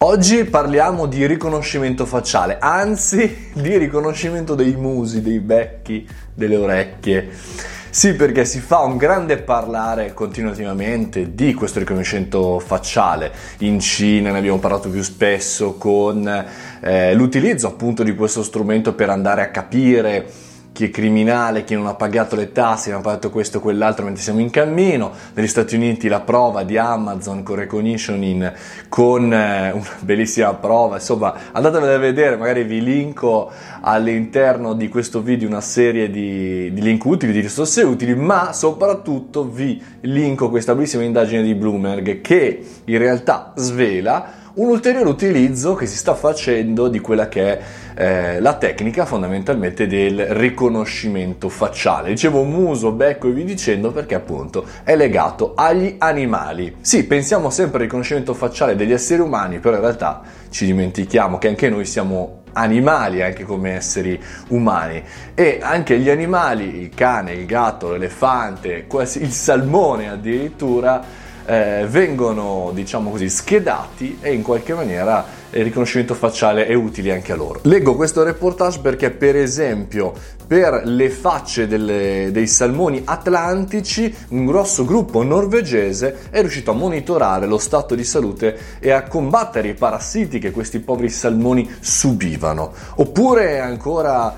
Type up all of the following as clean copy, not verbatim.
Oggi parliamo di riconoscimento facciale, anzi di riconoscimento dei musi, dei becchi, delle orecchie. Sì, perché si fa un grande parlare continuativamente di questo riconoscimento facciale. In Cina ne abbiamo parlato più spesso con l'utilizzo appunto di questo strumento per andare a capire chi è criminale, chi non ha pagato le tasse, non ha pagato questo o quell'altro mentre siamo in cammino. Negli Stati Uniti la prova di Amazon con Recognition con una bellissima prova, insomma andatevela a vedere, magari vi linko all'interno di questo video una serie di link utili, di risorse utili, ma soprattutto vi linko questa bellissima indagine di Bloomberg che in realtà svela un ulteriore utilizzo che si sta facendo di quella che è la tecnica fondamentalmente del riconoscimento facciale. Dicevo muso, becco e vi dicendo perché appunto è legato agli animali. Sì, pensiamo sempre al riconoscimento facciale degli esseri umani, però in realtà ci dimentichiamo che anche noi siamo animali, anche come esseri umani, e anche gli animali, il cane, il gatto, l'elefante, il salmone addirittura, vengono, diciamo così, schedati e in qualche maniera il riconoscimento facciale è utile anche a loro. Leggo questo reportage perché, per esempio, per le facce dei salmoni atlantici, un grosso gruppo norvegese è riuscito a monitorare lo stato di salute e a combattere i parassiti che questi poveri salmoni subivano. Oppure ancora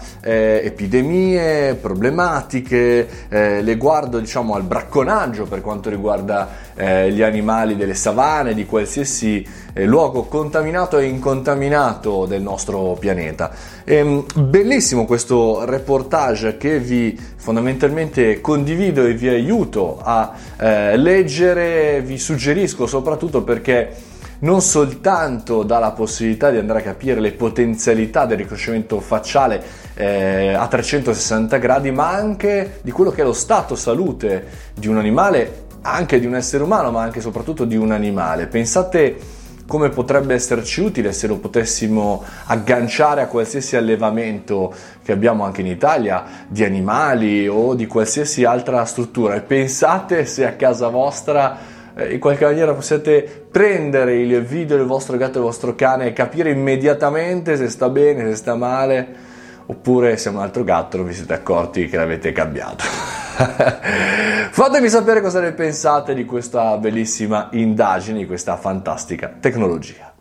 epidemie, problematiche, le guardo, diciamo, al bracconaggio per quanto riguarda gli animali delle savane, di qualsiasi luogo contaminato e incontaminato del nostro pianeta. Bellissimo questo reportage che vi fondamentalmente condivido e vi aiuto a leggere, vi suggerisco soprattutto perché non soltanto dà la possibilità di andare a capire le potenzialità del riconoscimento facciale a 360 gradi, ma anche di quello che è lo stato salute di un animale, anche di un essere umano, ma anche e soprattutto di un animale. Pensate come potrebbe esserci utile se lo potessimo agganciare a qualsiasi allevamento che abbiamo anche in Italia di animali o di qualsiasi altra struttura, e pensate se a casa vostra in qualche maniera possiate prendere il video del vostro gatto e del vostro cane e capire immediatamente se sta bene, se sta male, oppure se è un altro gatto non vi siete accorti che l'avete cambiato. Fatemi sapere cosa ne pensate di questa bellissima indagine, di questa fantastica tecnologia.